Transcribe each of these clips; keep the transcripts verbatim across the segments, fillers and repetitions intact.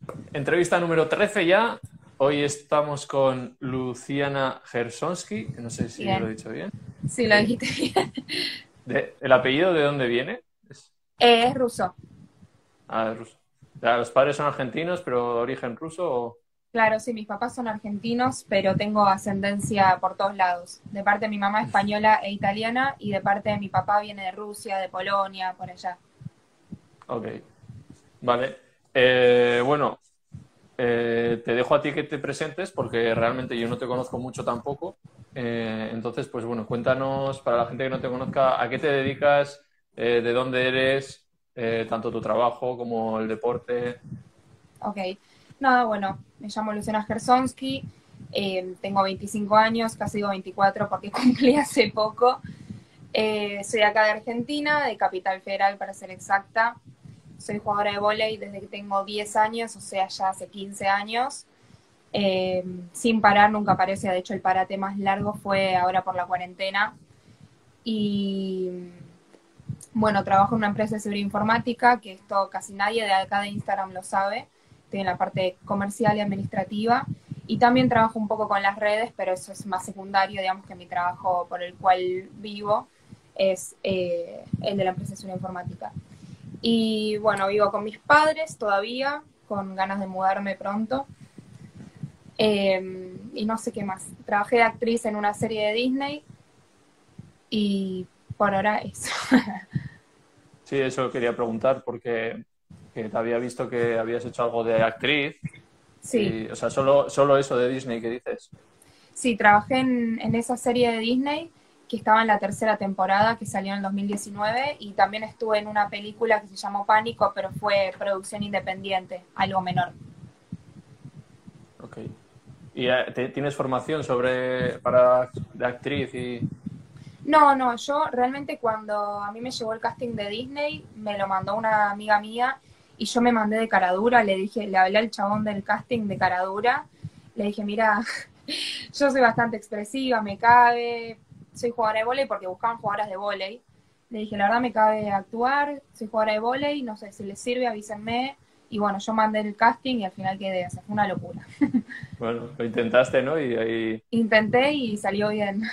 Entrevista número trece ya. Hoy estamos con Luciana Gersonsky, que no sé si lo he Bien, dicho bien. sí, lo Sí. dijiste bien. De- ¿el apellido de dónde viene? Es, Eh, es ruso. ah, ruso. O sea, los padres son argentinos, pero de origen ruso. O- Claro, sí, mis papás son argentinos, pero tengo ascendencia por todos lados. De parte de mi mamá española e italiana y de parte de mi papá viene de Rusia, de Polonia, por allá. Ok, vale. Eh, bueno, eh, te dejo a ti que te presentes porque realmente yo no te conozco mucho tampoco. Eh, entonces, pues bueno, cuéntanos para la gente que no te conozca a qué te dedicas, eh, de dónde eres, eh, tanto tu trabajo como el deporte. Ok. Nada, bueno, me llamo Luciana Gersonsky, eh, tengo veinticinco años, casi digo veinticuatro porque cumplí hace poco. Eh, soy acá de Argentina, de Capital Federal para ser exacta. Soy jugadora de vóley desde que tengo diez años, o sea, ya hace quince años. Eh, sin parar, nunca parece. De hecho, el parate más largo fue ahora por la cuarentena. Y bueno, trabajo en una empresa de ciberinformática, que esto casi nadie de acá de Instagram lo sabe. Estoy en la parte comercial y administrativa. Y también trabajo un poco con las redes, pero eso es más secundario, digamos que mi trabajo por el cual vivo es eh, el de la empresa de ciberinformática. Y bueno, vivo con mis padres todavía, con ganas de mudarme pronto. Eh, y no sé qué más. Trabajé de actriz en una serie de Disney y por ahora eso. Sí, eso quería preguntar porque que te había visto que habías hecho algo de actriz Sí, y, o sea, solo, solo eso de Disney que dices. sí, trabajé en, en esa serie de Disney que estaba en la tercera temporada que salió en el dos mil diecinueve y también estuve en una película que se llamó Pánico, pero fue producción independiente, algo menor. Ok. ¿Y eh, te- tienes formación sobre para de actriz y No, no, yo realmente cuando a mí me llegó el casting de Disney, me lo mandó una amiga mía y yo me mandé de caradura, le dije, le hablé al chabón del casting de caradura, le dije, mira, yo soy bastante expresiva, me cabe, soy jugadora de vóley porque buscaban jugadoras de vóley. Le dije, la verdad me cabe actuar, soy jugadora de vóley, no sé si les sirve, avísenme. Y bueno, yo mandé el casting y al final quedé, o sea, fue una locura. bueno, lo intentaste, ¿no? Y, ahí- Intenté y salió bien.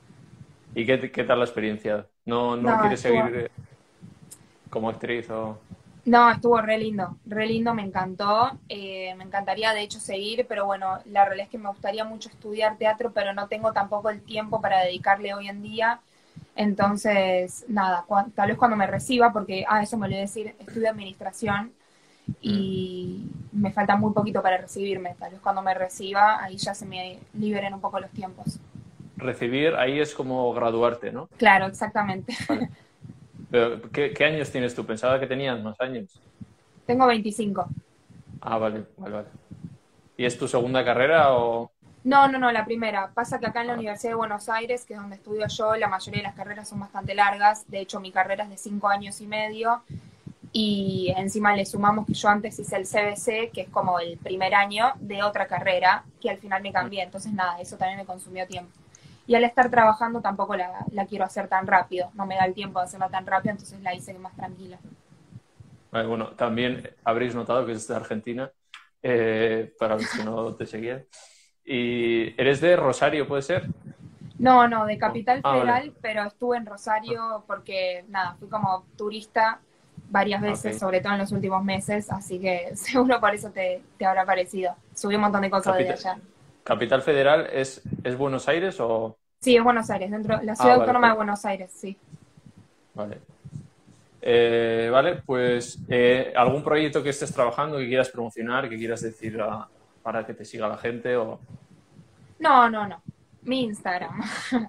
¿y qué, qué tal la experiencia? ¿No, no No, quieres seguir estuvo, eh, como actriz o...? no, estuvo re lindo, re lindo, me encantó. Eh, me encantaría de hecho seguir, pero bueno, la realidad es que me gustaría mucho estudiar teatro, pero no tengo tampoco el tiempo para dedicarle hoy en día. Entonces, nada, cu- tal vez cuando me reciba, porque, ah, eso me olvidé decir, estudio administración Mm. y me falta muy poquito para recibirme. Tal vez cuando me reciba, ahí ya se me liberen un poco los tiempos. Recibir, ahí es como graduarte, ¿no? Claro, exactamente. Vale. Pero, ¿qué, qué años tienes tú? Pensaba que tenías más años. Tengo veinticinco. Ah, vale, vale, vale. ¿Y es tu segunda carrera o...? No, no, no, la primera. Pasa que acá en la Ah, Universidad de Buenos Aires, que es donde estudio yo, la mayoría de las carreras son bastante largas. De hecho, mi carrera es de cinco años y medio. Y encima le sumamos que yo antes hice el C B C, que es como el primer año de otra carrera, que al final me mm, cambié. Entonces, nada, eso también me consumió tiempo. Y al estar trabajando tampoco la, la quiero hacer tan rápido. No me da el tiempo de hacerla tan rápido, entonces la hice más tranquila. vale, bueno, también habréis notado que es de Argentina, eh, para los que no te seguían. ¿Y eres de Rosario, puede ser? No, no, de No. Capital Ah, vale. Federal, pero estuve en Ah, Rosario porque, nada, fui como turista varias veces, ok. sobre todo en los últimos meses, así que seguro por eso te, te habrá parecido. Subí un montón de cosas de Capital, allá. ¿Capital Federal es, es Buenos Aires o...? Sí, es Buenos Aires, dentro la Ah, ciudad vale, autónoma de vale. Buenos Aires, sí. Vale. Eh, vale, pues eh, algún proyecto que estés trabajando, que quieras promocionar, que quieras decir a- para que te siga la gente o... No, no, no. Mi Instagram.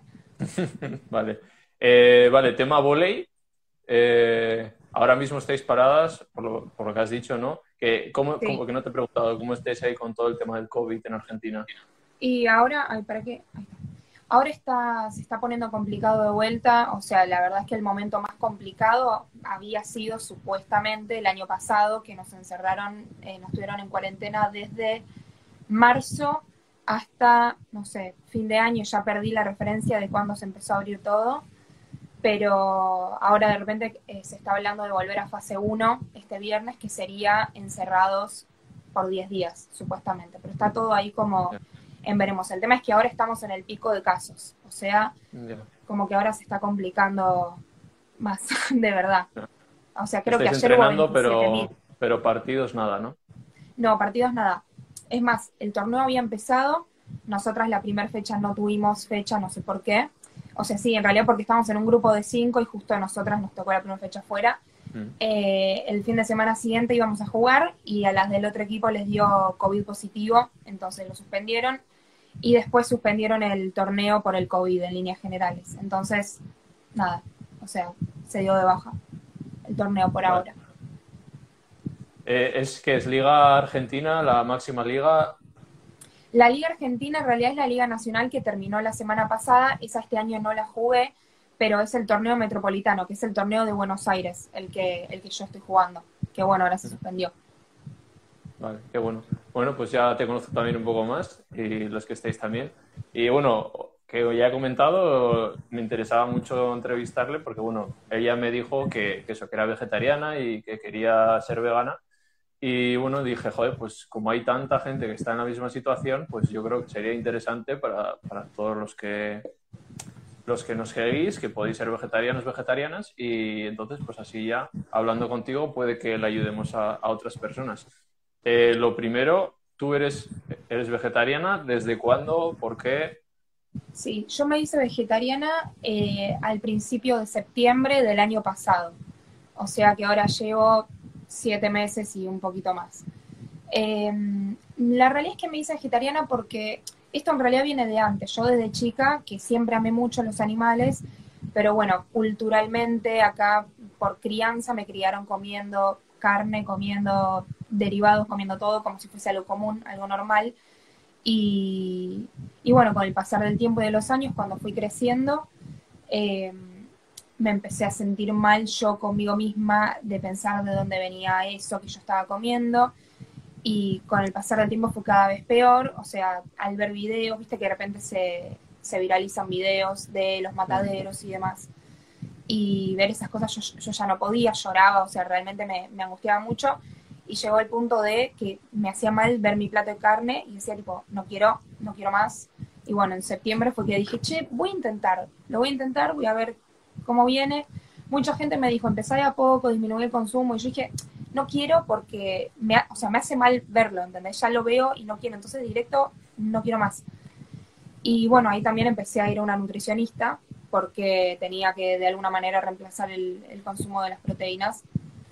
Vale. Eh, vale, tema volei. Eh, ahora mismo estáis paradas, por lo, por lo que has dicho, ¿no? Que, ¿cómo, Sí. cómo- que no te he preguntado cómo estáis ahí con todo el tema del COVID en Argentina? Y ahora, ay, ¿para qué? Ahí está. Ahora está, se está poniendo complicado de vuelta, o sea, la verdad es que el momento más complicado había sido supuestamente el año pasado, que nos encerraron, eh, nos tuvieron en cuarentena desde marzo hasta, no sé, fin de año, ya perdí la referencia de cuándo se empezó a abrir todo, pero ahora de repente eh, se está hablando de volver a fase uno este viernes, que sería encerrados por diez días, supuestamente. Pero está todo ahí como en veremos. El tema es que ahora estamos en el pico de casos. O sea, yeah. como que ahora se está complicando más, de verdad. O sea, creo Estáis que ayer entrenando, hubo veintisiete mil. pero, pero partidos nada, ¿no? No, partidos nada. Es más, el torneo había empezado, nosotras la primera fecha no tuvimos fecha, no sé por qué. O sea, sí, en realidad porque estábamos en un grupo de cinco y justo a nosotras nos tocó la primera fecha fuera. Mm. Eh, el fin de semana siguiente íbamos a jugar y a las del otro equipo les dio COVID positivo, entonces lo suspendieron. Y después suspendieron el torneo por el COVID en líneas generales. Entonces, nada, o sea, se dio de baja el torneo por vale. ahora. Eh, ¿Es que es Liga Argentina, la máxima liga? La Liga Argentina en realidad es la Liga Nacional que terminó la semana pasada. Esa este año no la jugué, pero es el torneo metropolitano, que es el torneo de Buenos Aires, el que, el que yo estoy jugando. Que bueno, ahora se suspendió. Vale, qué bueno. Bueno, pues ya te conozco también un poco más y los que estáis también. Y bueno, que ya he comentado, me interesaba mucho entrevistarle porque, bueno, ella me dijo que, que eso, que era vegetariana y que quería ser vegana. Y bueno, dije, joder, pues como hay tanta gente que está en la misma situación, pues yo creo que sería interesante para, para todos los que, los que nos seguís, que podéis ser vegetarianos, vegetarianas, y entonces, pues así ya, hablando contigo, puede que le ayudemos a, a otras personas. Eh, lo primero, tú eres, eres vegetariana, ¿desde cuándo? ¿Por qué? Sí, yo me hice vegetariana eh, al principio de septiembre del año pasado. O sea que ahora llevo siete meses y un poquito más. Eh, la realidad es que me hice vegetariana porque esto en realidad viene de antes. Yo desde chica, que siempre amé mucho los animales, pero bueno, culturalmente acá por crianza me criaron comiendo carne, comiendo derivados, comiendo todo como si fuese algo común, algo normal. Y, y bueno, con el pasar del tiempo y de los años, cuando fui creciendo, eh, me empecé a sentir mal yo conmigo misma de pensar de dónde venía eso que yo estaba comiendo. Y con el pasar del tiempo fue cada vez peor. O sea, al ver videos, viste que de repente se, se viralizan videos de los mataderos y demás. Y ver esas cosas yo, yo ya no podía, lloraba, o sea, realmente me, me angustiaba mucho. Y llegó el punto de que me hacía mal ver mi plato de carne y decía tipo, no quiero, no quiero más. Y bueno, en septiembre fue que dije, che, voy a intentar, lo voy a intentar, voy a ver cómo viene. Mucha gente me dijo, empezá de a poco, disminuir el consumo. Y yo dije, no quiero porque, me, o sea, me hace mal verlo, ¿entendés? Ya lo veo y no quiero, entonces directo, no quiero más. Y bueno, ahí también empecé a ir a una nutricionista porque tenía que de alguna manera reemplazar el, el consumo de las proteínas.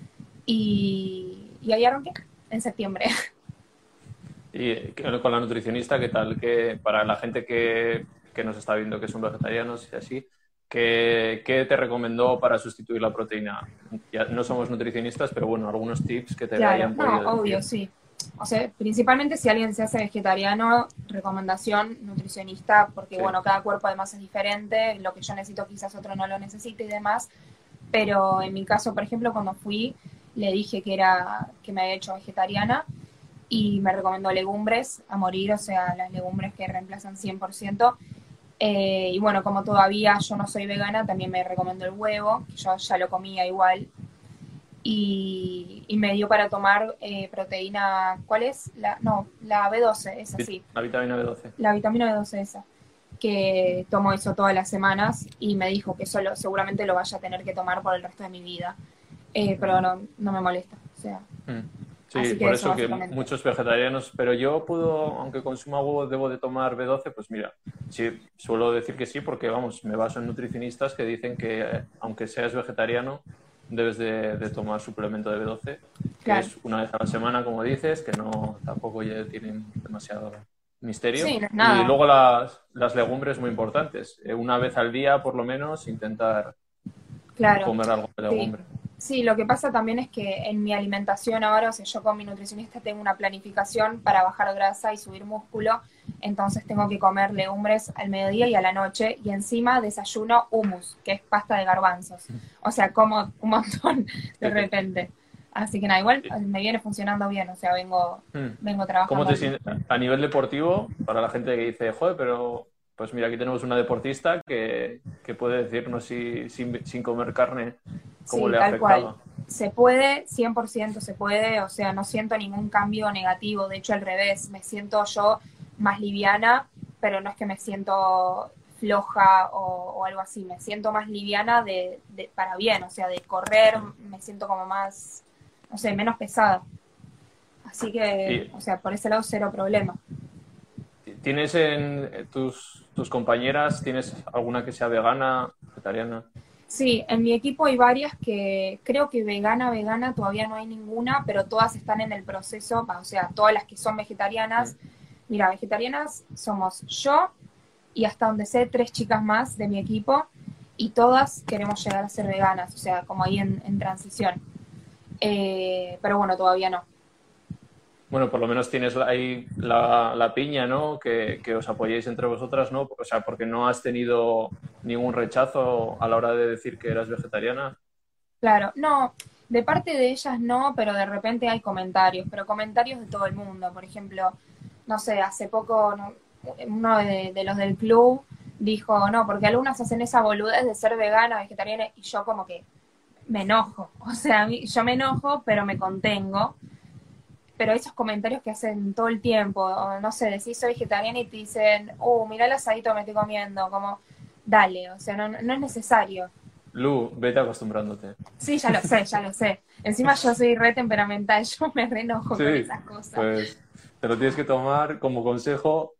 Y, y ahí arranqué, en septiembre. Y con la nutricionista, ¿qué tal? Que para la gente que, que nos está viendo que son vegetarianos y así, ¿qué, qué te recomendó para sustituir la proteína? Ya no somos nutricionistas, pero bueno, algunos tips que te claro, hayan podido no, obvio, decir. Sí. O sea, principalmente si alguien se hace vegetariano, recomendación nutricionista, porque sí. Bueno, cada cuerpo además es diferente, lo que yo necesito quizás otro no lo necesite y demás, pero en mi caso, por ejemplo, cuando fui, le dije que era que me había hecho vegetariana y me recomendó legumbres a morir, o sea, las legumbres que reemplazan cien por ciento. Eh, y bueno, como todavía yo no soy vegana, también me recomendó el huevo, que yo ya lo comía igual. Y, y me dio para tomar eh, proteína, ¿cuál es? La, no, la B doce, esa sí. La vitamina B doce. La vitamina B doce esa, que tomo eso todas las semanas y me dijo que eso lo, seguramente lo vaya a tener que tomar por el resto de mi vida. Eh, pero no, no me molesta, o sea... Mm. Sí, por eso, eso que muchos vegetarianos, pero yo puedo, aunque consuma huevo, debo de tomar B doce, pues mira, sí, suelo decir que sí, porque vamos, me baso en nutricionistas que dicen que eh, aunque seas vegetariano, debes de, de tomar suplemento de B doce, claro. Que es una vez a la semana, como dices, que no tampoco ya tienen demasiado misterio. Sí, no es nada. Y luego las, las legumbres muy importantes, eh, una vez al día por lo menos intentar claro. comer algo de legumbre. Sí. Sí, lo que pasa también es que en mi alimentación ahora, o sea, yo con mi nutricionista tengo una planificación para bajar grasa y subir músculo, entonces tengo que comer legumbres al mediodía y a la noche, y encima desayuno hummus, que es pasta de garbanzos. O sea, como un montón de repente. Así que nada, igual me viene funcionando bien, o sea, vengo, vengo trabajando. ¿Cómo te sientes a nivel deportivo, para la gente que dice, joder, pero pues mira, aquí tenemos una deportista que, que puede decirnos si sin, sin comer carne cómo sí, le ha tal afectado? Cual. Se puede, cien por ciento se puede, o sea, no siento ningún cambio negativo, de hecho al revés, me siento yo más liviana, pero no es que me siento floja o, o algo así, me siento más liviana de, de, para bien, o sea, de correr me siento como más, no sé, menos pesada. Así que, ¿Y o sea, por ese lado cero problema. tienes en tus, tus compañeras, tienes alguna que sea vegana, vegetariana? Sí, en mi equipo hay varias que creo que vegana, vegana todavía no hay ninguna, pero todas están en el proceso, o sea, todas las que son Mm. vegetarianas. Mira, vegetarianas somos yo y hasta donde sé tres chicas más de mi equipo y todas queremos llegar a ser veganas, o sea, como ahí en, en transición. Eh, pero bueno, todavía no. Bueno, por lo menos tienes ahí la, la piña, ¿no? Que, que os apoyéis entre vosotras, ¿no? O sea, porque no has tenido ningún rechazo a la hora de decir que eras vegetariana. Claro, no, de parte de ellas no, pero de repente hay comentarios, pero comentarios de todo el mundo. Por ejemplo, no sé, hace poco no, uno de, de los del club dijo, no, porque algunas hacen esa boludez de ser vegana, vegetariana, y yo como que me enojo. O sea, a mí- yo me enojo, pero me contengo. Pero esos comentarios que hacen todo el tiempo, o no sé, decís soy vegetariana y te dicen, oh, mirá el asadito que me estoy comiendo, como, dale, o sea, no, no es necesario. Lu, vete acostumbrándote. Sí, ya lo sé, ya lo sé. Encima yo soy re temperamental, yo me re enojo con Sí, esas cosas. pues te lo tienes que tomar como consejo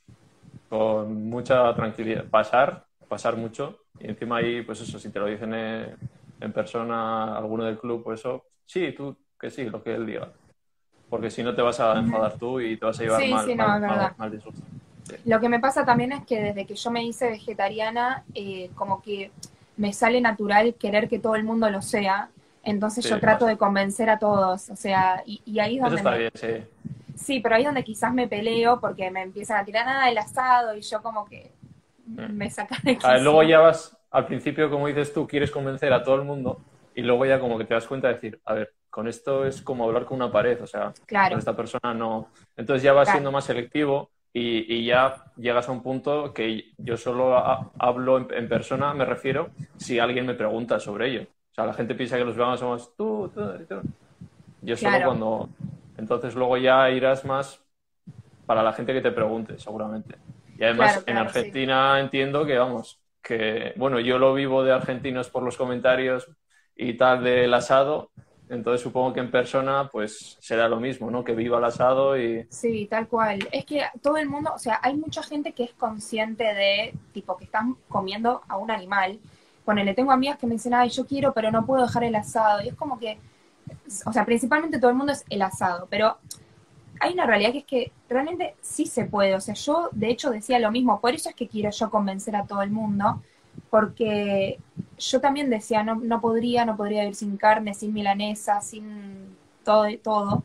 con mucha tranquilidad. Pasar, pasar mucho. Y encima ahí, pues eso, si te lo dicen en, en persona, alguno del club, pues eso, sí, tú, que sí, lo que él diga. Porque si no te vas a Ujú. enfadar tú y te vas a llevar Sí, mal, sí, no, mal, es mal, verdad. mal disgusto. Sí. Lo que me pasa también es que desde que yo me hice vegetariana, eh, como que me sale natural querer que todo el mundo lo sea. Entonces Sí, yo trato pasa. de convencer a todos. O sea, y, y ahí es Eso donde está me... bien, sí. Sí, pero ahí es donde quizás me peleo porque me empiezan a tirar nada el asado y yo como que Mm. me saca de A ver, luego quicio. ya vas, al principio, como dices tú, quieres convencer a todo el mundo y luego ya como que te das cuenta de decir, a ver, con esto es como hablar con una pared, o sea, con Claro, esta persona no. Entonces ya vas claro, siendo más selectivo y, y ya llegas a un punto que yo solo ha- hablo en, en persona, me refiero, si alguien me pregunta sobre ello. O sea, la gente piensa que los veganos somos tú, tú y tú. Yo solo claro, cuando... Entonces luego ya irás más para la gente que te pregunte, seguramente. Y además claro, en claro, sí. Argentina entiendo que, vamos, que, bueno, yo lo vivo de argentinos por los comentarios y tal del asado, entonces supongo que en persona pues será lo mismo, ¿no? Que viva el asado y... Sí, tal cual. Es que todo el mundo, o sea, hay mucha gente que es consciente de, tipo, que están comiendo a un animal. Ponele, tengo amigas que me dicen, ay, yo quiero, pero no puedo dejar el asado. Y es como que, o sea, principalmente todo el mundo es el asado, pero hay una realidad que es que realmente sí se puede. O sea, yo de hecho decía lo mismo, por eso es que quiero yo convencer a todo el mundo, porque yo también decía, no, no podría, no podría vivir sin carne, sin milanesa, sin todo, todo.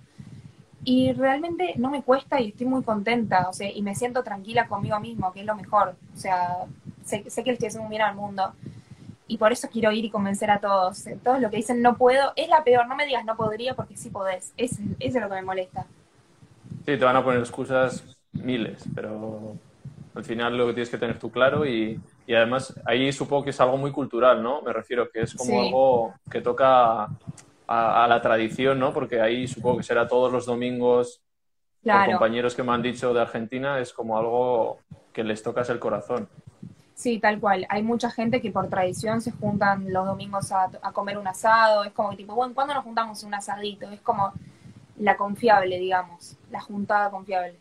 Y realmente no me cuesta y estoy muy contenta, o sea, y me siento tranquila conmigo mismo, que es lo mejor. O sea, sé, sé que le estoy haciendo un bien al mundo. Y por eso quiero ir y convencer a todos. Todos lo que dicen no puedo, es la peor. No me digas no podría porque sí podés. Es, eso es lo que me molesta. Sí, te van a poner excusas miles, pero al final lo que tienes que tener tú claro y, y además ahí supongo que es algo muy cultural, ¿no? Me refiero que es como Sí, algo que toca a, a la tradición, ¿no? Porque ahí supongo que será todos los domingos por claro. compañeros que me han dicho de Argentina, es como algo que les tocas el corazón. Sí, tal cual. Hay mucha gente que por tradición se juntan los domingos a, a comer un asado. Es como que tipo, bueno, ¿cuándo nos juntamos un asadito? Es como la confiable, digamos. La juntada confiable.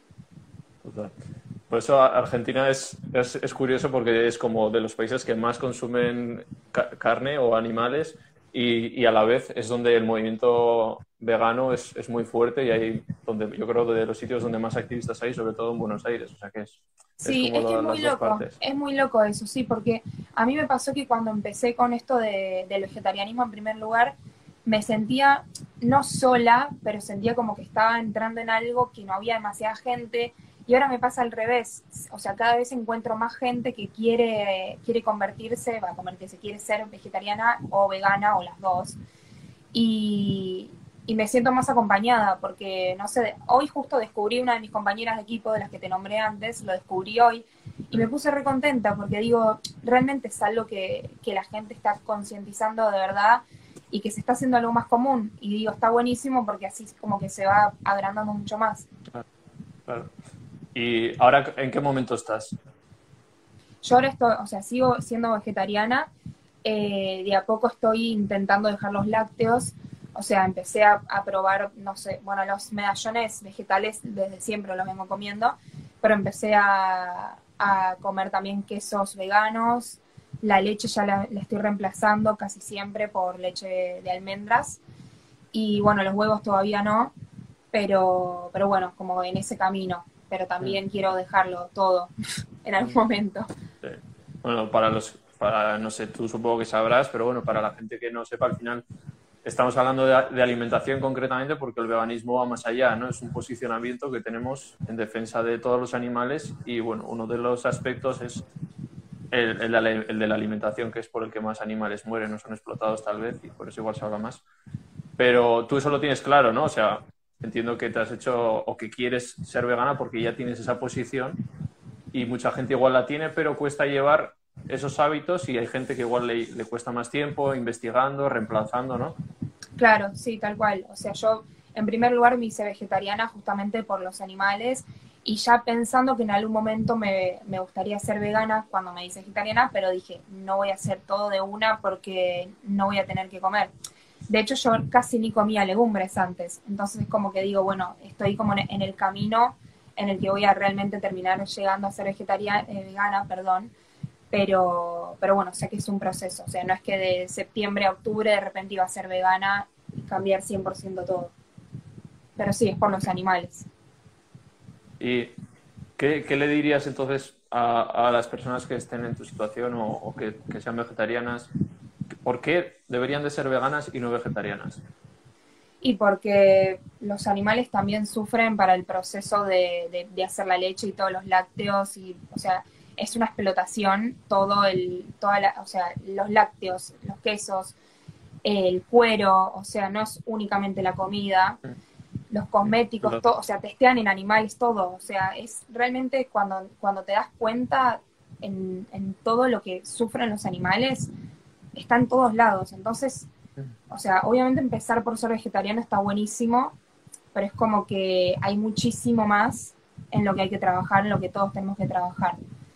Total. Por eso a- Argentina es, es, es curioso porque es como de los países que más consumen ca- carne o animales y, y a la vez es donde el movimiento vegano es, es muy fuerte y hay donde yo creo de los sitios donde más activistas hay, sobre todo en Buenos Aires. O sea que es, es Sí, como es que es lo- muy las dos loco, partes. es muy loco eso, sí, porque a mí me pasó que cuando empecé con esto de, del vegetarianismo en primer lugar, me sentía no sola, pero sentía como que estaba entrando en algo que no había demasiada gente y ahora me pasa al revés, o sea, cada vez encuentro más gente que quiere, quiere convertirse, va a convertirse, quiere ser vegetariana o vegana o las dos y, y me siento más acompañada porque, no sé, hoy justo descubrí una de mis compañeras de equipo, de las que te nombré antes, lo descubrí hoy y me puse re contenta porque digo, realmente es algo que, que la gente está concientizando de verdad y que se está haciendo algo más común. Y digo, está buenísimo porque así como que se va agrandando mucho más. Claro, claro. ¿Y ahora en qué momento estás? Yo ahora estoy, o sea, sigo siendo vegetariana, eh, de a poco estoy intentando dejar los lácteos, o sea, empecé a, a probar, no sé, bueno, los medallones vegetales desde siempre los vengo comiendo, pero empecé a, a comer también quesos veganos, la leche ya la, la estoy reemplazando casi siempre por leche de almendras, y bueno, los huevos todavía no, pero, pero bueno, como en ese camino, pero también quiero dejarlo todo en algún momento. Sí. Bueno, para los, para, no sé, tú supongo que sabrás, pero bueno, para la gente que no sepa, al final estamos hablando de, de alimentación concretamente porque el veganismo va más allá, ¿no? Es un posicionamiento que tenemos en defensa de todos los animales y bueno, uno de los aspectos es el, el, el de la alimentación, que es por el que más animales mueren, no son explotados tal vez y por eso igual se habla más. Pero tú eso lo tienes claro, ¿no? O sea, entiendo que te has hecho o que quieres ser vegana porque ya tienes esa posición y mucha gente igual la tiene, pero cuesta llevar esos hábitos y hay gente que igual le, le cuesta más tiempo investigando, reemplazando, ¿no? Claro, sí, tal cual. O sea, yo en primer lugar me hice vegetariana justamente por los animales y ya pensando que en algún momento me, me gustaría ser vegana cuando me hice vegetariana, pero dije, no voy a hacer todo de una porque no voy a tener que comer. De hecho, yo casi ni comía legumbres antes, entonces es como que digo, bueno, estoy como en el camino en el que voy a realmente terminar llegando a ser vegetariana, eh, vegana, perdón, pero, pero bueno, sé que es un proceso, o sea, no es que de septiembre a octubre de repente iba a ser vegana y cambiar cien por ciento todo, pero sí, es por los animales. ¿Y qué, qué le dirías entonces a, a las personas que estén en tu situación o, o que, que sean vegetarianas? ¿Por qué deberían de ser veganas y no vegetarianas? Y porque los animales también sufren para el proceso de, de, de hacer la leche y todos los lácteos, y, o sea, es una explotación todo el, toda la, o sea, los lácteos, los quesos, el cuero, o sea, no es únicamente la comida, los cosméticos, todo, o sea, testean en animales todo, o sea, es realmente cuando, cuando te das cuenta en, en todo lo que sufren los animales, está en todos lados, entonces, o sea, obviamente empezar por ser vegetariano está buenísimo, pero es como que hay muchísimo más en lo que hay que trabajar, en lo que todos tenemos que trabajar.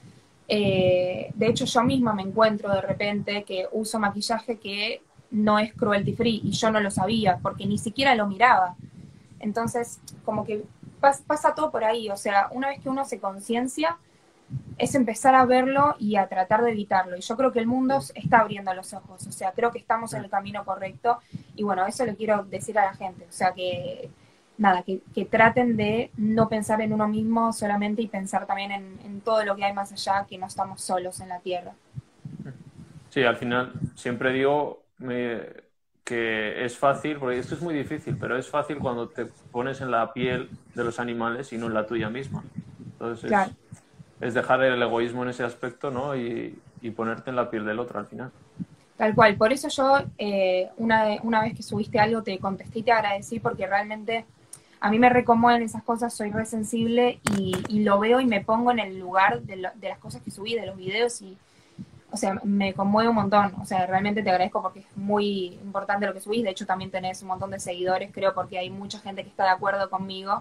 Eh, de hecho, yo misma me encuentro de repente que uso maquillaje que no es cruelty free y yo no lo sabía porque ni siquiera lo miraba. Entonces, como que pas, pasa todo por ahí. O sea, una vez que uno se conciencia, es empezar a verlo y a tratar de evitarlo. Y yo creo que el mundo está abriendo los ojos. O sea, creo que estamos en el camino correcto. Y bueno, eso le quiero decir a la gente. O sea, que nada, que, que traten de no pensar en uno mismo solamente y pensar también en, en todo lo que hay más allá, que no estamos solos en la Tierra. Sí, al final siempre digo me, que es fácil, porque esto es muy difícil, pero es fácil cuando te pones en la piel de los animales y no en la tuya misma. Entonces Claro. es, es dejar el egoísmo en ese aspecto, ¿no? Y, y ponerte en la piel del otro al final. Tal cual, por eso yo eh, una, una vez que subiste algo te contesté y te agradecí porque realmente a mí me reconmueven esas cosas, soy re sensible y, y lo veo y me pongo en el lugar de, lo, de las cosas que subí, de los videos y, o sea, me conmueve un montón, o sea, realmente te agradezco porque es muy importante lo que subís, de hecho también tenés un montón de seguidores, creo, porque hay mucha gente que está de acuerdo conmigo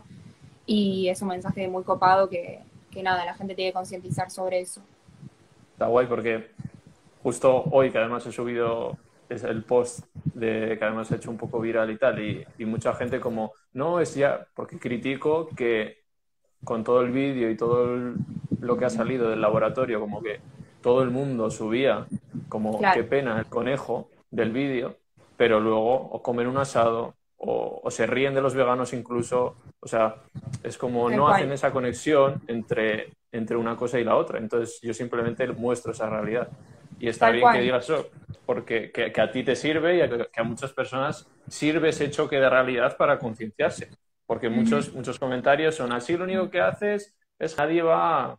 y es un mensaje muy copado que, que nada, la gente tiene que concientizar sobre eso. Está guay porque justo hoy, que además he subido es el post de que además he hecho un poco viral y tal, y, y mucha gente como, no, es ya, porque critico que con todo el vídeo y todo el, lo que ha salido del laboratorio, como que todo el mundo subía como qué Claro, pena el conejo del vídeo, pero luego o comen un asado o, o se ríen de los veganos incluso, o sea, es como tal no hacen cual, esa conexión entre, entre una cosa y la otra, entonces yo simplemente muestro esa realidad. Y está tal bien que cual. digas eso, porque que, que a ti te sirve y a, que a muchas personas sirve ese choque de realidad para concienciarse. Porque Uh-huh. muchos, muchos comentarios son así, lo único que haces es nadie va...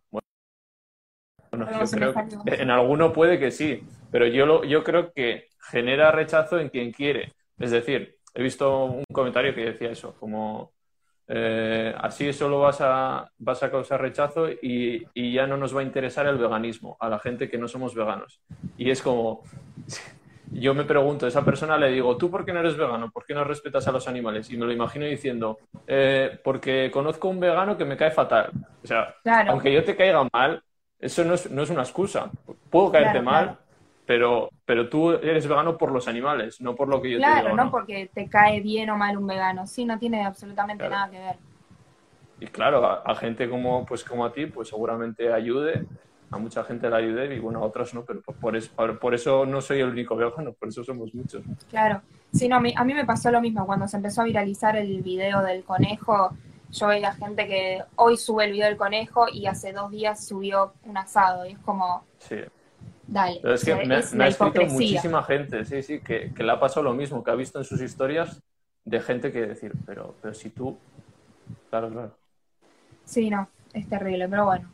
Bueno, Perdón, yo se me creo que salió. en alguno puede que sí, pero yo, lo, yo creo que genera rechazo en quien quiere. Es decir, he visto un comentario que decía eso, como eh, así solo vas a, vas a causar rechazo y, y ya no nos va a interesar el veganismo a la gente que no somos veganos. Y es como, yo me pregunto, a esa persona le digo, ¿tú por qué no eres vegano? ¿Por qué no respetas a los animales? Y me lo imagino diciendo, eh, porque conozco un vegano que me cae fatal. O sea, Claro, aunque yo te caiga mal, eso no es, no es una excusa. Puedo caerte claro, claro. mal, pero, pero tú eres vegano por los animales, no por lo que yo te Claro, digo, no ¿no? porque te cae bien o mal un vegano, sí, no tiene absolutamente Claro. nada que ver. Y claro, a, a gente como, pues, como a ti, pues seguramente ayude, a mucha gente le ayude y bueno, a otros no, pero por, por eso, por, por eso no soy el único vegano, por eso somos muchos. Claro, sí, no, a mí, a mí me pasó lo mismo cuando se empezó a viralizar el video del conejo. Yo veía gente que hoy sube el video del conejo y hace dos días subió un asado y es como, Sí. dale, Pero o es que sea, me, es me la ha escrito hipocresía. muchísima gente, sí, sí, que, que le ha pasado lo mismo, que ha visto en sus historias de gente que decir, pero, pero si tú, claro, claro. Sí, no, es terrible, pero bueno,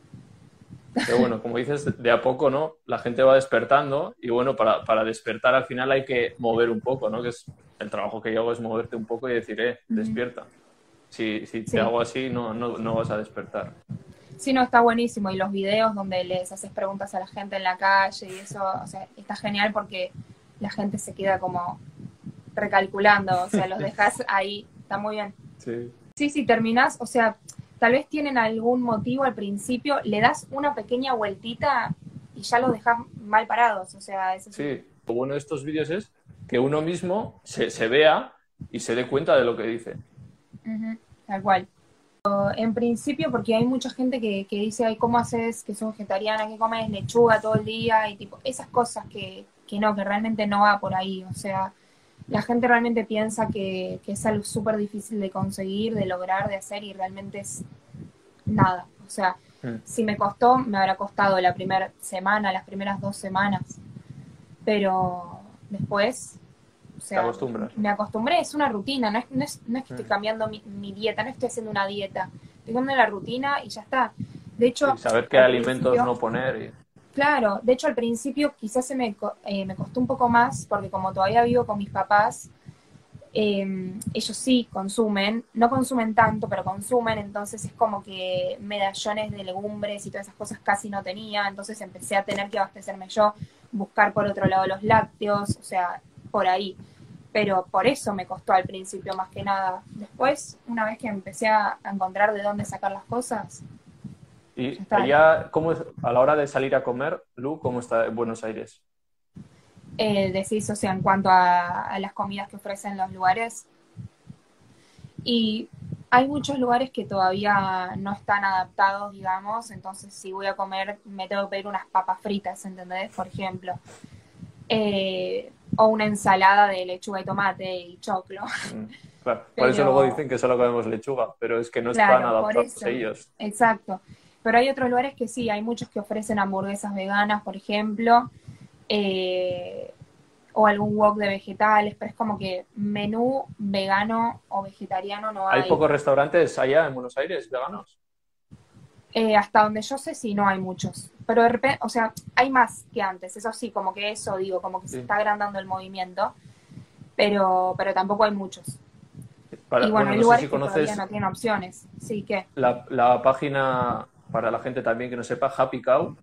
Pero bueno, como dices, de a poco, ¿no? La gente va despertando y bueno, para, para despertar al final hay que mover un poco, ¿no? Que es el trabajo que yo hago es moverte un poco y decir, eh, ujú, despierta. Si, si te sí. hago así, no, no, no vas a despertar. Sí, no, está buenísimo. Y los videos donde les haces preguntas a la gente en la calle y eso, o sea, está genial porque la gente se queda como recalculando, o sea, los dejas ahí, está muy bien. Sí. Sí, sí, terminás, o sea, tal vez tienen algún motivo al principio, le das una pequeña vueltita y ya los dejas mal parados, o sea, es así. Sí, lo bueno de estos vídeos es que uno mismo se, se vea y se dé cuenta de lo que dice. Ujú, tal cual. En principio, porque hay mucha gente que, que dice, ay, ¿cómo haces que sos vegetariana? ¿Qué comes lechuga todo el día? Y tipo, esas cosas que, que no, que realmente no va por ahí. O sea, la gente realmente piensa que, que es algo súper difícil de conseguir, de lograr, de hacer, y realmente es nada. O sea, Mm. si me costó, me habrá costado la primera semana, las primeras dos semanas, pero después, o Te sea, acostumbras. me acostumbré, es una rutina, no es, no es, no es que estoy Mm. cambiando mi, mi dieta, no estoy haciendo una dieta, estoy cambiando la rutina y ya está. De Sí, hecho, saber qué al alimentos principio, no poner. Y... claro, de hecho al principio quizás se me, eh, me costó un poco más porque como todavía vivo con mis papás, eh, ellos sí consumen, no consumen tanto, pero consumen, entonces es como que medallones de legumbres y todas esas cosas casi no tenía, entonces empecé a tener que abastecerme yo, buscar por otro lado los lácteos, o sea, por ahí. Pero por eso me costó al principio más que nada. Después, una vez que empecé a, a encontrar de dónde sacar las cosas, ya y está. allá, ¿cómo es a la hora de salir a comer, Lu, cómo está en Buenos Aires? Eh, decís, o sea, en cuanto a, a las comidas que ofrecen los lugares, y hay muchos lugares que todavía no están adaptados, digamos, entonces si voy a comer me tengo que pedir unas papas fritas, ¿entendés? Por ejemplo. Eh, o una ensalada de lechuga y tomate y choclo. Mm, claro, por eso luego Pero, dicen que solo comemos lechuga, pero es que no están claro, por adaptados eso, ellos. exacto. Pero hay otros lugares que sí, hay muchos que ofrecen hamburguesas veganas, por ejemplo, eh, o algún wok de vegetales, pero es como que menú vegano o vegetariano no Hay hay. pocos restaurantes allá en Buenos Aires veganos. Eh, hasta donde yo sé, sí, no hay muchos. Pero de repente, o sea, hay más que antes, eso sí, como que eso digo, como que se Sí. está agrandando el movimiento, pero, pero tampoco hay muchos. Y Para, bueno, bueno, hay no sé lugares si que todavía conoces no tienen opciones, sí que. la, la página, para la gente también que no sepa, Happy Cow.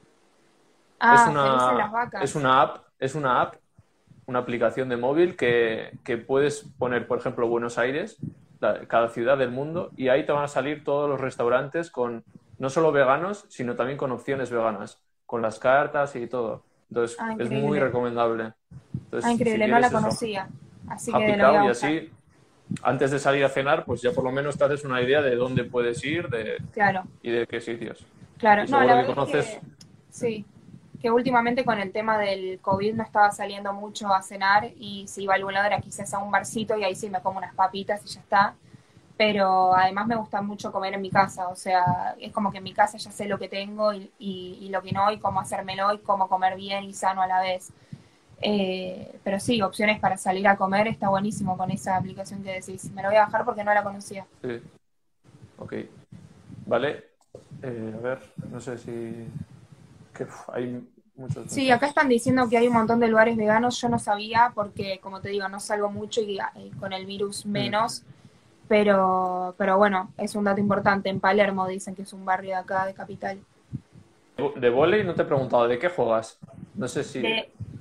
Es Ah, felices las una, es vacas. una app, es una app, una aplicación de móvil que, que puedes poner, por ejemplo, Buenos Aires, la- cada ciudad del mundo, y ahí te van a salir todos los restaurantes con no solo veganos, sino también con opciones veganas, con las cartas y todo. Entonces, Ah, es muy increíble. recomendable. Ah, Entonces, si increíble, no la quieres eso, conocía, así que Happy lo voy Cow a y buscar. así, antes de salir a cenar, pues ya por lo menos te haces una idea de dónde puedes ir de, Claro, y de qué sitios. claro. Y No, la seguro que verdad es conoces. que sí, que últimamente con el tema del COVID no estaba saliendo mucho a cenar y si iba a algún lado era quizás a un barcito y ahí sí me como unas papitas y ya está. Pero además me gusta mucho comer en mi casa, o sea, es como que en mi casa ya sé lo que tengo y, y, y lo que no, y cómo hacérmelo y cómo comer bien y sano a la vez. Eh, pero sí, opciones para salir a comer está buenísimo con esa aplicación que decís. Me lo voy a bajar porque no la conocía. Sí, ok. Vale. Eh, a ver, no sé si. Que uf, hay muchos Sí, acá mensajes. están diciendo que hay un montón de lugares veganos, yo no sabía porque, como te digo, no salgo mucho y, y con el virus Mm. menos, pero, pero bueno, es un dato importante. En Palermo dicen que es un barrio de acá, de Capital. De vóley no te he preguntado, ¿de qué juegas? No sé si. De,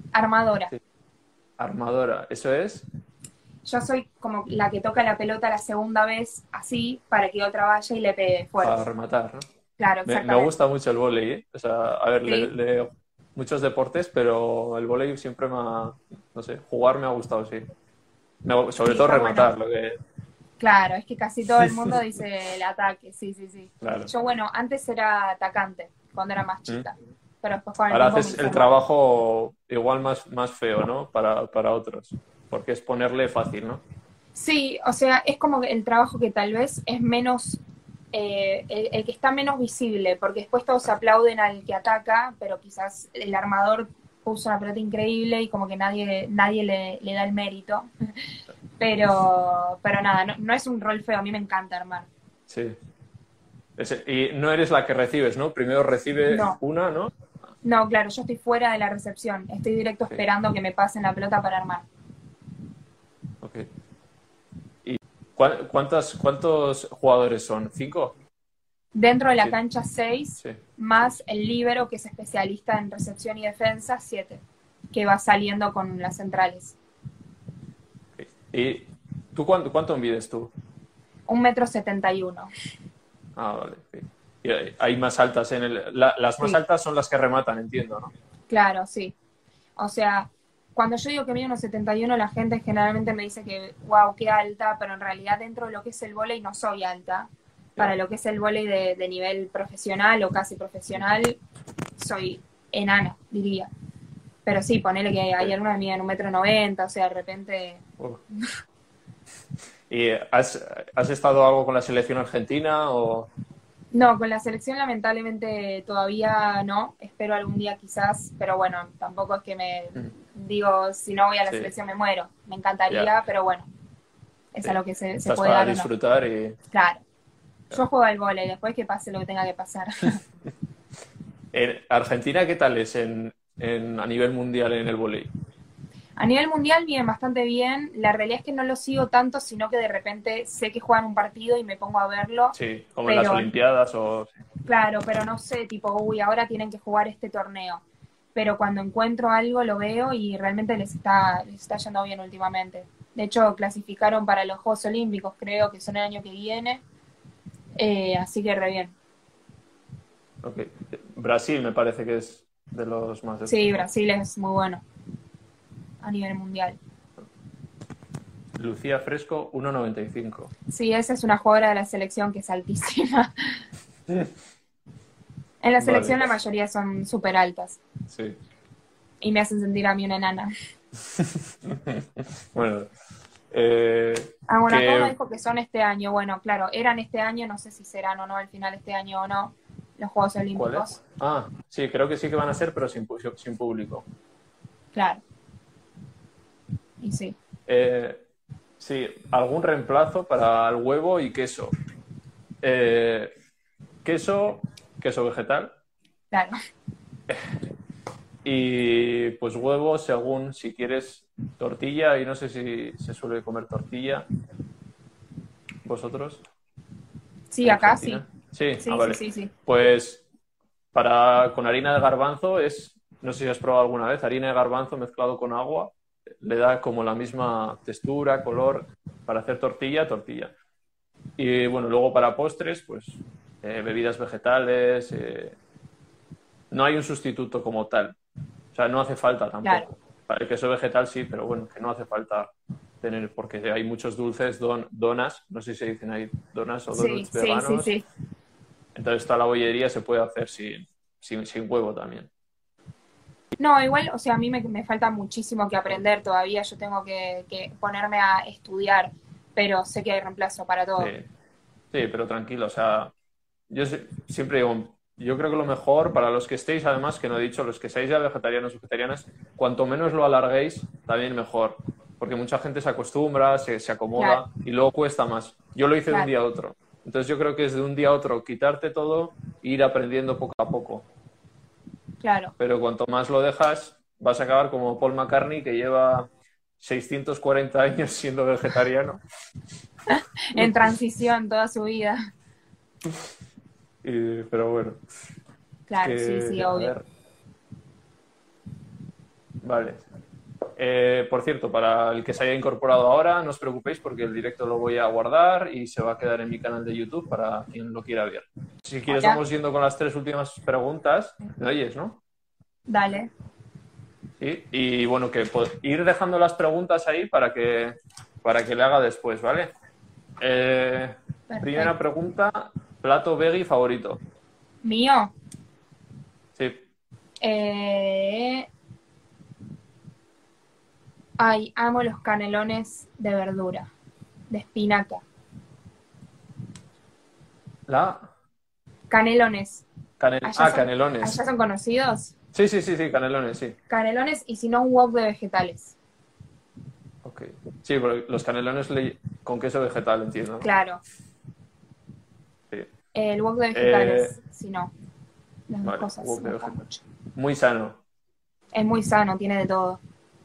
Armadora. Sí. Armadora, ¿eso es? Yo soy como la que toca la pelota la segunda vez así para que otra vaya y le pegue Para fuerte. rematar, ¿no? Claro, Me, me exactamente. gusta mucho el vóley, ¿eh? O sea, a ver, le, Sí, le- muchos deportes, pero el vóley siempre me ha, no sé, jugar me ha gustado, sí. Me- sobre sí, todo está bueno. rematar, lo que... Claro, es que casi todo el mundo dice el ataque, sí, sí, sí. Claro. Yo, bueno, antes era atacante, cuando era más ¿Mm? chica, pero después con el Ahora tiempo me haces hice el más. trabajo igual más, más feo, ¿no? Para, para otros, porque es ponerle fácil, ¿no? Sí, o sea, es como que el trabajo que tal vez es menos, eh, el, el que está menos visible, porque después todos aplauden al que ataca, pero quizás el armador puso una pelota increíble y como que nadie, nadie le, le da el mérito. Pero, pero nada, no, no es un rol feo, a mí me encanta armar. Sí. Ese- y no eres la que recibes, ¿no? Primero recibe No, una, ¿no? no, claro, yo estoy fuera de la recepción, estoy directo Sí, esperando que me pasen la pelota para armar. ok. ¿Y cuán- cuántas, cuántos jugadores son? ¿Cinco? Dentro de la Sí, cancha seis, sí. más el líbero, que es especialista en recepción y defensa, siete, que va saliendo con las centrales. Ok. ¿Y tú cuánto, cuánto mides tú? Un metro setenta y uno. Ah, vale. Ok. Y hay hay más altas en el... la- las más Sí, altas son las que rematan, entiendo, ¿no? claro, sí. O sea, cuando yo digo que mido unos setenta y uno, la gente generalmente me dice que, wow, qué alta, pero en realidad dentro de lo que es el vóley no soy alta. Para Ya. lo que es el vóley de, de nivel profesional o casi profesional, soy enana, diría. Pero sí, ponele que hay Ok. alguna que miden un metro noventa, o sea, de repente... Uh. ¿Y has, has estado algo con la selección argentina o...? No, con la selección lamentablemente todavía no, espero algún día quizás, pero bueno, tampoco es que me Mm. digo, si no voy a la Sí, selección me muero, me ya. encantaría, pero bueno, es Sí. algo que se, se Estás puede para dar o no. disfrutar y... Claro, yo ya. juego al vóley, después que pase lo que tenga que pasar. En Argentina, ¿qué tal es en, en- a nivel mundial en el vóley? A nivel mundial vienen bastante bien, la realidad es que no lo sigo tanto, sino que de repente sé que juegan un partido y me pongo a verlo, Sí, como en las pero Olimpiadas o... claro, pero no sé, tipo, uy, ahora tienen que jugar este torneo. Pero cuando encuentro algo lo veo y realmente les está, les está yendo bien últimamente. De hecho, clasificaron para los Juegos Olímpicos, creo que son el año que viene. Eh, así que re bien. Ok. Brasil me parece que es de los más Sí, estos, ¿no? Brasil es muy bueno a nivel mundial. Lucía Fresco, uno noventa y cinco. Sí, esa es una jugadora de la selección que es altísima. En la Vale, selección la mayoría son súper altas sí. y me hacen sentir a mí una enana. Bueno, eh, Ah, bueno, acá uno que... dijo que son este año. Bueno, claro, eran este año, no sé si serán o no al final este año o no, los Juegos ¿Cuáles? Olímpicos. Ah, sí, creo que sí que van a ser, pero sin, pu- sin público. Claro, y sí, Eh, sí, algún reemplazo para el huevo y queso. Eh, queso, queso vegetal. claro. Y pues huevo según si quieres tortilla, y no sé si se suele comer tortilla vosotros Sí, en acá sí. Argentina. Sí, ah, Sí, sí, vale. sí, sí. Pues para con harina de garbanzo es, no sé si has probado alguna vez, harina de garbanzo mezclado con agua, le da como la misma textura, color para hacer tortilla, tortilla. Y bueno, luego para postres, pues eh, bebidas vegetales, eh, no hay un sustituto como tal. O sea, no hace falta Claro, tampoco. Para el queso vegetal sí, pero bueno, que no hace falta tener, porque hay muchos dulces, don, donas, no sé si se dicen ahí donas o sí, donuts sí, sí, veganos. sí. Entonces toda la bollería se puede hacer sin, sin, sin huevo también. No, igual, o sea, a mí me, me falta muchísimo que aprender todavía. Yo tengo que, que ponerme a estudiar, pero sé que hay reemplazo para Sí, todo. sí, pero tranquilo, o sea, yo se- siempre digo, yo creo que lo mejor para los que estéis, además, que no he dicho, los que seáis ya vegetarianos o vegetarianas, cuanto menos lo alarguéis, también mejor. Porque mucha gente se acostumbra, se, se Claro, acomoda y luego cuesta más. Yo lo hice de un claro, día a otro. Entonces yo creo que es de un día a otro quitarte todo e ir aprendiendo poco a poco. claro. Pero cuanto más lo dejas, vas a acabar como Paul McCartney, que lleva seiscientos cuarenta años siendo vegetariano. En transición toda su vida. Y- pero bueno, es Claro, sí, sí, que, a obvio. ver, Vale. Eh, por cierto, para el que se haya incorporado ahora, no os preocupéis porque el directo lo voy a guardar y se va a quedar en mi canal de YouTube para quien lo quiera ver. Si quieres, Hola, vamos yendo con las tres últimas preguntas. ¿Me oyes, no? dale. Sí. Y bueno, que pues, ir dejando las preguntas ahí para que, para que le haga después, ¿vale? Eh, primera Perfecto. pregunta, plato veggie favorito. ¿Mío? Sí. Eh... Ay, amo los canelones de verdura, de espinaca. La Canelones. canel... ¿Allá Ah, son, allá canelones. son conocidos? Sí, sí, sí, sí, canelones, sí. Canelones y si no, un wok de vegetales. Ok. Sí, porque los canelones le- con queso vegetal, entiendo, ¿no? Claro, Sí. el wok de Eh, vegetales, si no. Las dos vale, cosas wok me de gustan vegetal. mucho. Muy sano. Es muy sano, tiene de todo.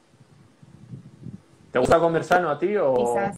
¿Te gusta comer sano a ti Quizás. o...?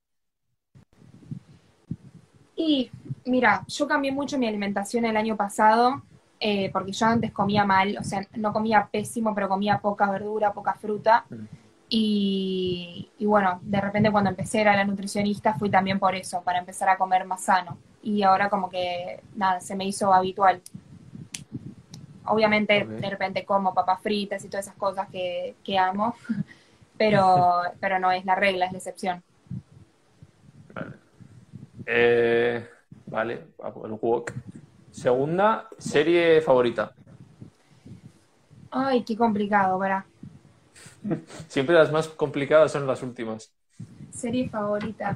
Y mira, yo cambié mucho mi alimentación el año pasado, eh, porque yo antes comía mal, o sea, no comía pésimo, pero comía poca verdura, poca fruta. Mm. Y, y bueno, de repente cuando empecé a ir a la nutricionista fui también por eso, para empezar a comer más sano. Y ahora como que, nada, se me hizo habitual. Obviamente, de Ok. repente como papas fritas y todas esas cosas que, que amo, pero, pero no es la regla, es la excepción. Vale. Eh, vale, el wok. Segunda serie favorita. Ay, qué complicado, para. Siempre las más complicadas son las últimas. Serie favorita.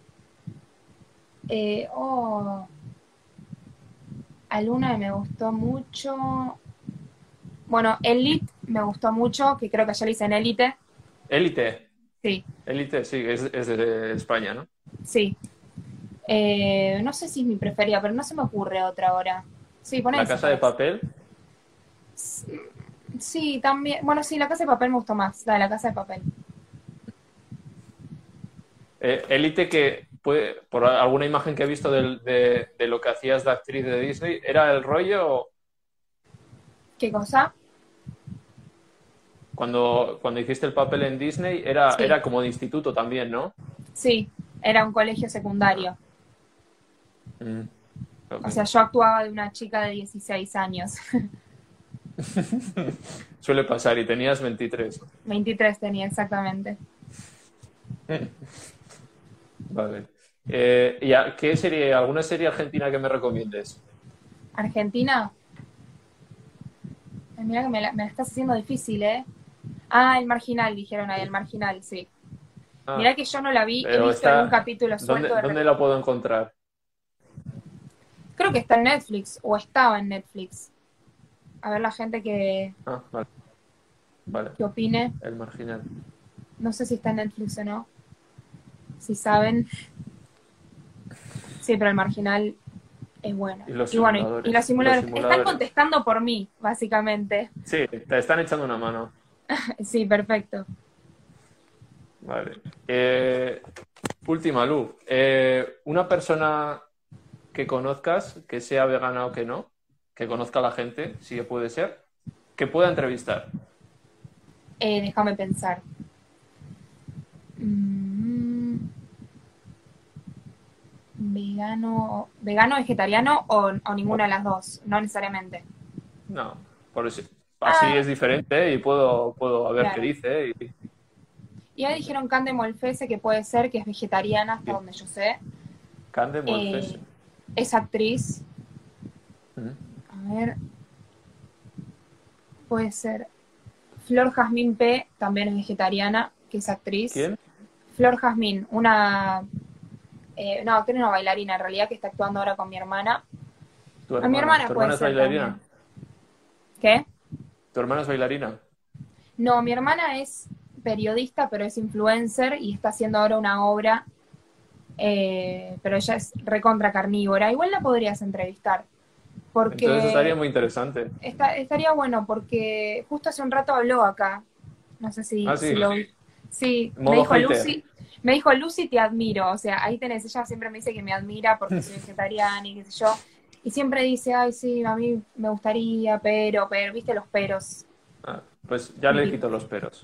Eh, oh, alguna que me gustó mucho. Bueno, Elite me gustó mucho, que creo que ya le hice en Elite. Élite. Sí, Élite, sí, es, es de España, ¿no? sí. Eh, no sé si es mi preferida, pero no se me ocurre otra ahora. Sí, pon La esa, Casa pon de esa. Papel. Sí, también. Bueno, sí, la casa de papel me gustó más, la de la casa de papel. Eh, Élite que, puede, por alguna imagen que he visto del- de, de lo que hacías de actriz de Disney, ¿era el rollo ¿Qué cosa? cuando, cuando hiciste el papel en Disney? Era, Sí, era como de instituto también, ¿no? sí, era un colegio Ah, secundario. mm, ok. O sea, yo actuaba de una chica de dieciséis años. Suele pasar y tenías veintitrés. Veintitrés tenía exactamente. Vale. Eh, ¿y a- qué serie, alguna serie argentina que me recomiendes? Argentina, ay, mira que me la, me la estás haciendo difícil, ¿eh? Ah, El Marginal, dijeron ahí, El Marginal, sí. Ah, Mirá que yo no la vi, he pero visto algún está. capítulo suelto ¿Dónde, de dónde repente. la puedo encontrar? Creo que está en Netflix, o estaba en Netflix. A ver la gente que, Ah, vale, vale. que opine. El Marginal. No sé si está en Netflix o no. Si saben. Sí, pero El Marginal es bueno. Y los Y bueno, y, y los simuladores. Los simuladores están simuladores. contestando por mí, básicamente. Sí, te están echando una mano. Sí, perfecto. Vale. Eh, última, Lu. Eh, una persona que conozcas, que sea vegana o que no, que conozca a la gente, si puede ser, que pueda entrevistar. Eh, déjame pensar. Mm, vegano, vegano, vegetariano o, o ninguna de las dos, no necesariamente. No, por eso, así Ah, es diferente y puedo, puedo a ver qué claro. dice. Y, Y ahí dijeron Cande Molfese, que puede ser, que es vegetariana, hasta y donde yo sé. Cande Eh, Molfese. es actriz. Mm. A ver, puede ser. Flor Jazmín P. también es vegetariana, que es actriz. ¿Quién? Flor Jazmín, una. Eh, no, que era una bailarina en realidad que está actuando ahora con mi hermana. Tu A mi hermana. hermana ¿Tu puede hermana es ser bailarina? también. ¿Qué? ¿Tu hermana es bailarina? No, mi hermana es periodista, pero es influencer y está haciendo ahora una obra, eh, pero ella es recontra carnívora. Igual la podrías entrevistar, Entonces estaría porque muy interesante. está, estaría bueno, porque justo hace un rato habló acá. No sé si, Ah, si sí. lo vi. Sí, me Modo dijo hater. Lucy, me dijo Lucy, te admiro. O sea, ahí tenés, ella siempre me dice que me admira porque soy vegetariana y qué sé yo. Y siempre dice, ay, sí, a mí me gustaría, pero, pero, viste los peros. Ah. Pues ya le Sí. quito los peros.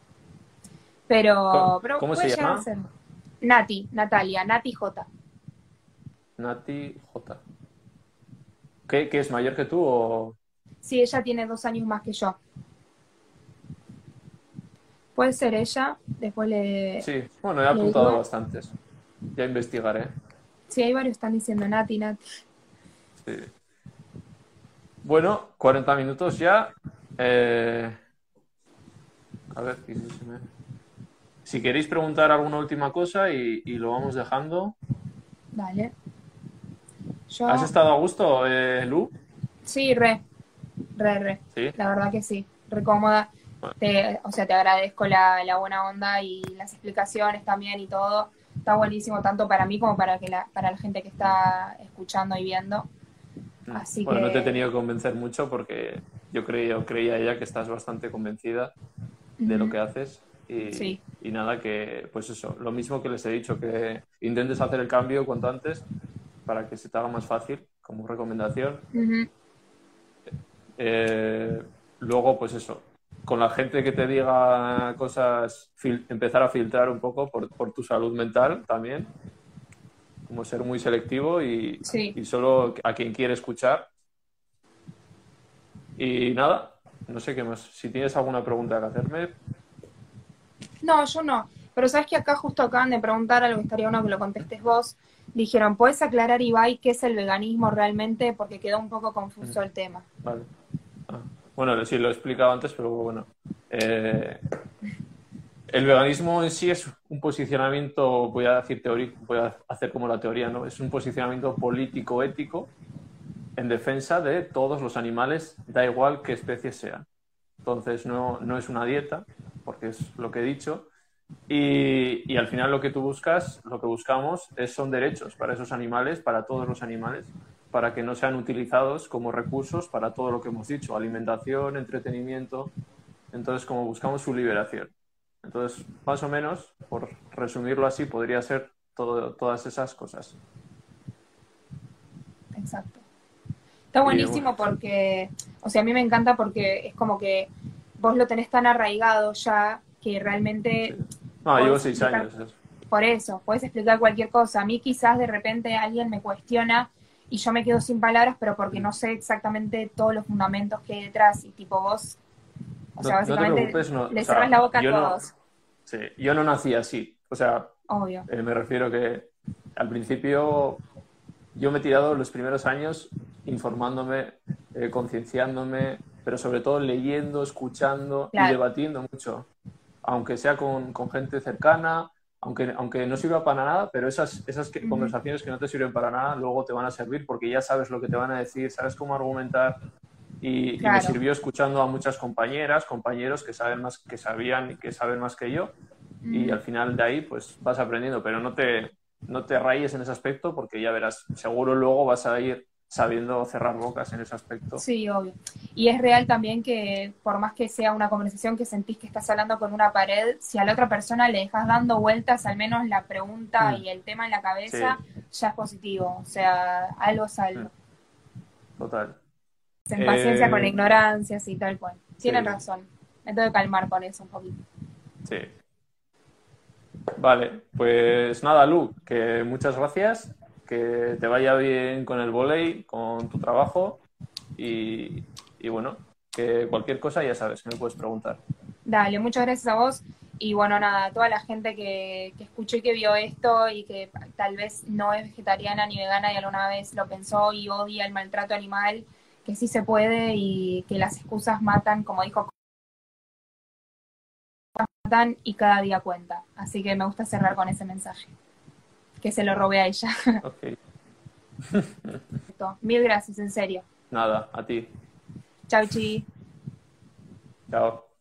Pero, ¿Cómo, pero cómo puede se llegar a llama? ser. Nati, Natalia, Nati J. Nati J. ¿Qué, qué es mayor que tú o...? Sí, ella tiene dos años más que yo. Puede ser ella, después le, Sí, bueno, he le apuntado digo. bastantes. Ya investigaré. Sí, hay varios que están diciendo Nati, Nati. Sí. Bueno, cuarenta minutos ya. Eh, a ver, ¿y si se me- si queréis preguntar alguna última cosa y, y lo vamos dejando. Dale. ¿Has Yo, estado a gusto, eh, Lu? sí, re, re, re. Sí. La verdad que sí, re cómoda. Bueno, Te, o sea, te agradezco la, la buena onda y las explicaciones también y todo. Está buenísimo tanto para mí como para, que la, para la gente que está escuchando y viendo. mm. Así Bueno, no te he que, tenido que convencer mucho porque yo creía, creía ya que estás bastante convencida de lo ujú, que haces y, sí. y nada, que pues eso, lo mismo que les he dicho, que intentes hacer el cambio cuanto antes para que se te haga más fácil como recomendación. Ujú, Eh, luego, pues eso, con la gente que te diga cosas, fil- empezar a filtrar un poco por, por tu salud mental también, como ser muy selectivo y, sí. y solo a quien quiere escuchar. Y nada, no sé qué más. Si tienes alguna pregunta que hacerme, No, yo no. Pero sabes que acá justo acaban de preguntar algo que estaría bueno que lo contestes vos. Dijeron, ¿puedes aclarar, Ibai, qué es el veganismo realmente? Porque quedó un poco mm, confuso el tema. vale. Ah, bueno, sí, lo he explicado antes, pero bueno. Eh, el veganismo en sí es un posicionamiento, voy a decir teórico, voy a hacer como la teoría, ¿no? Es un posicionamiento político-ético en defensa de todos los animales, da igual qué especies sean. Entonces, no, no es una dieta, porque es lo que he dicho, y, y al final lo que tú buscas, lo que buscamos es, son derechos para esos animales, para todos los animales, para que no sean utilizados como recursos para todo lo que hemos dicho, alimentación, entretenimiento. Entonces, como buscamos su liberación. Entonces, más o menos, por resumirlo así, podría ser todo, todas esas cosas. Exacto. Está Y bueno, buenísimo porque, o sea, a mí me encanta porque es como que vos lo tenés tan arraigado ya que sí. realmente No, llevo podés seis explicar años. Es- por eso, podés explicar cualquier cosa. A mí quizás de repente alguien me cuestiona y yo me quedo sin palabras, pero porque no sé exactamente todos los fundamentos que hay detrás y tipo vos, o sea, No, no te básicamente preocupes, no, o le cerrás sea, la boca a yo no, todos, sí, yo no nací así. O sea, obvio. eh, me refiero que al principio yo me he tirado los primeros años informándome, eh, concienciándome, pero sobre todo leyendo, escuchando y Claro. debatiendo mucho, aunque sea con, con gente cercana, aunque, aunque no sirva para nada, pero esas, esas que- Ujú. conversaciones que no te sirven para nada luego te van a servir porque ya sabes lo que te van a decir, sabes cómo argumentar y, y me Claro. sirvió escuchando a muchas compañeras, compañeros que saben más, que sabían y que saben más que yo y Ujú. al final de ahí pues vas aprendiendo, pero no te, no te rayes en ese aspecto porque ya verás, seguro luego vas a ir sabiendo cerrar bocas en ese aspecto. Sí, obvio. Y es real también que por más que sea una conversación que sentís que estás hablando con una pared, si a la otra persona le dejas dando vueltas al menos la pregunta Mm, y el tema en la sí, cabeza, ya es positivo. O sea, algo es mm, algo. total. En paciencia con la Eh, ignorancia, sí, tal cual. Tienen sí, razón. Me tengo que calmar con eso un poquito. sí. Vale, pues nada, Lu, que muchas gracias, que te vaya bien con el vóley, con tu trabajo y, y bueno, que cualquier cosa ya sabes, me puedes preguntar. Dale, muchas gracias a vos. Y bueno, nada, a toda la gente que, que escuchó y que vio esto y que tal vez no es vegetariana ni vegana y alguna vez lo pensó y odia el maltrato animal, que sí se puede y que las excusas matan, como dijo, matan y cada día cuenta. Así que me gusta cerrar con ese mensaje, que se lo robé a ella. Ok, Mil gracias, en serio. nada, a ti. Chau, chi. Chao.